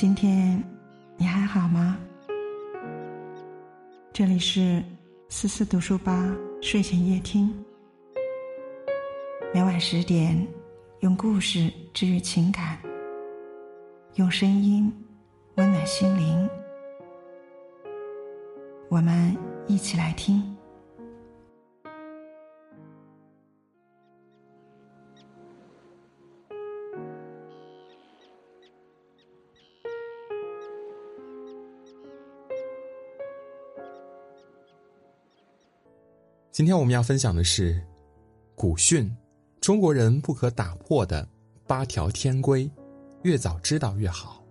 今天你还好吗？这里是思思读书吧睡前夜听，每晚10点，用故事治愈情感，用声音温暖心灵。我们一起来听。 今天我们要分享的是古训，中国人不可打破的8条天规，越早知道越好。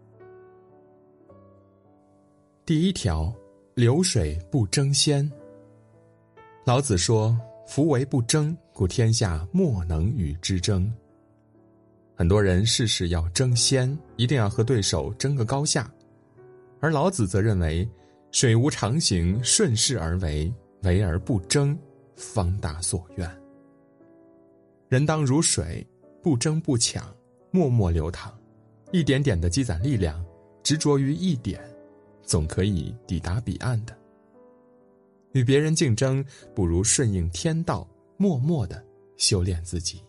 第1条，流水不争先。老子说，夫唯不争，故天下莫能与之争。很多人事事要争先，一定要和对手争个高下，而老子则认为，水无常形，顺势而为，为而不争，方达所愿。人当如水，不争不抢，默默流淌，一点点的积攒力量，执着于一点，总可以抵达彼岸的。与别人竞争，不如顺应天道，默默地修炼自己。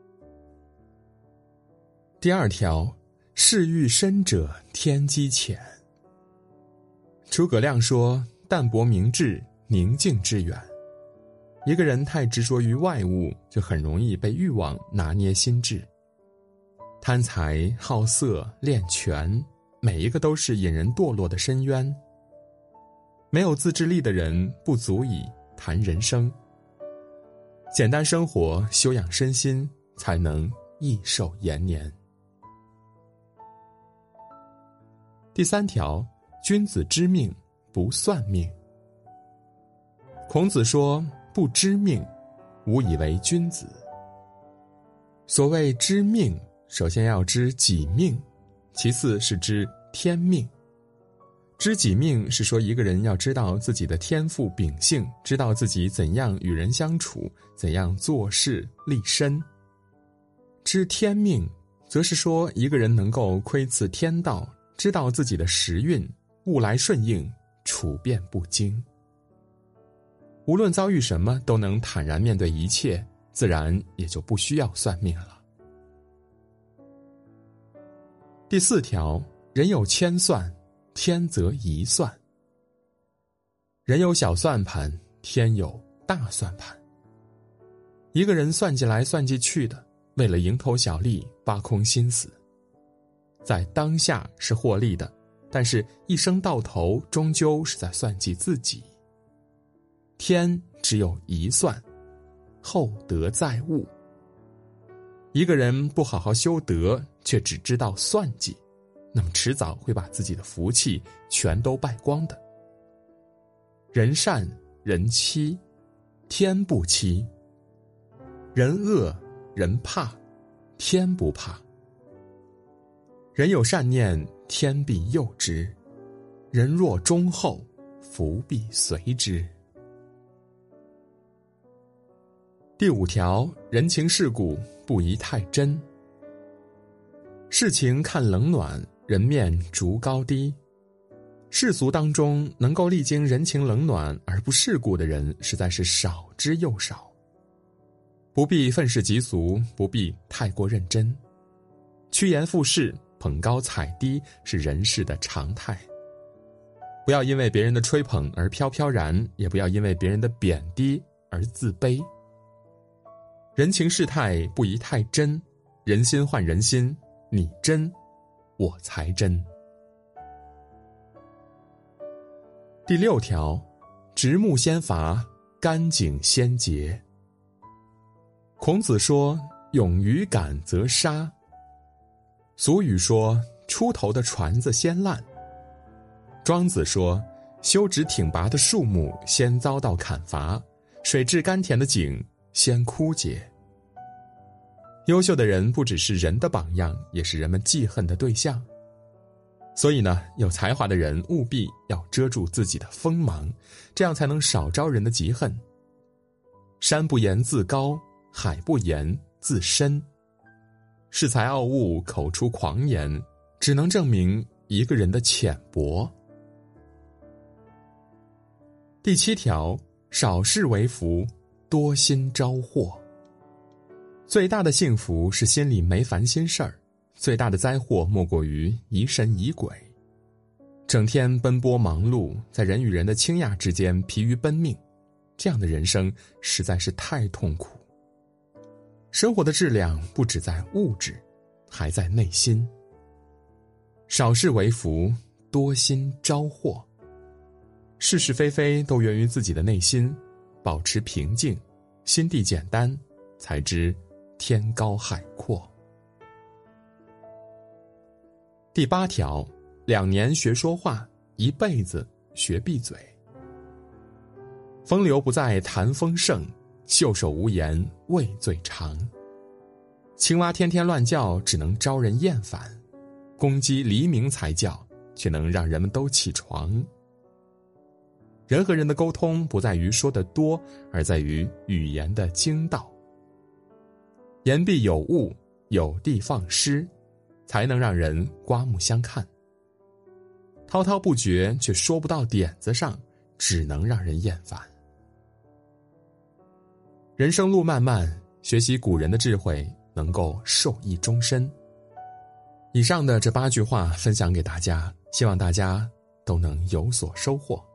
第2条，事欲深者天机浅。诸葛亮说，淡泊明志，宁静致远。一个人太执着于外物，就很容易被欲望拿捏心智。贪财、好色、恋权，每一个都是引人堕落的深渊。没有自制力的人，不足以谈人生。简单生活，修养身心，才能益寿延年。第3条，君子知命，不算命。孔子说，不知命，无以为君子。所谓知命，首先要知己命，其次是知天命。知己命是说一个人要知道自己的天赋秉性，知道自己怎样与人相处，怎样做事立身。知天命，则是说一个人能够窥伺天道，知道自己的时运，物来顺应，处变不惊。无论遭遇什么，都能坦然面对一切，自然也就不需要算命了。第4条，人有千算，天则一算。人有小算盘，天有大算盘。一个人算计来算计去的，为了蝇头小利，挖空心思。在当下是获利的，但是一生到头，终究是在算计自己。天只有一算，厚德载物。一个人不好好修德，却只知道算计，那么迟早会把自己的福气全都败光的。人善人欺，天不欺；人恶人怕，天不怕。人有善念，天必佑之；人若忠厚，福必随之。第5条，人情世故，不宜太真。事情看冷暖，人面逐高低。世俗当中，能够历经人情冷暖而不世故的人，实在是少之又少。不必愤世嫉俗，不必太过认真。趋炎附势，捧高踩低，是人世的常态。不要因为别人的吹捧而飘飘然，也不要因为别人的贬低而自卑。人情世态不宜太真，人心换人心，你真我才真。第6条，直木先伐，干井先洁。孔子说，勇于敢则杀。俗语说，出头的船子先烂。庄子说，修直挺拔的树木先遭到砍伐，水质甘甜的井先枯竭。优秀的人不只是人的榜样，也是人们记恨的对象。所以呢，有才华的人务必要遮住自己的锋芒，这样才能少招人的嫉恨。山不言自高，海不言自深。恃才傲物，口出狂言，只能证明一个人的浅薄。第7条，少事为福，多心招祸。最大的幸福是心里没烦心事儿，最大的灾祸莫过于疑神疑鬼。整天奔波忙碌，在人与人的倾轧之间疲于奔命，这样的人生实在是太痛苦。生活的质量不只在物质，还在内心。少事为福，多心招祸。是是非非都源于自己的内心，保持平静，心地简单，才知天高海阔。第8条，2年学说话，1辈子学闭嘴。风流不在谈风盛，袖手无言味最长。青蛙天天乱叫，只能招人厌烦；公鸡黎明才叫，却能让人们都起床。人和人的沟通不在于说得多，而在于语言的精到。言必有物，有的放矢，才能让人刮目相看。滔滔不绝却说不到点子上，只能让人厌烦。人生路漫漫，学习古人的智慧，能够受益终身。以上的这8句话分享给大家，希望大家都能有所收获。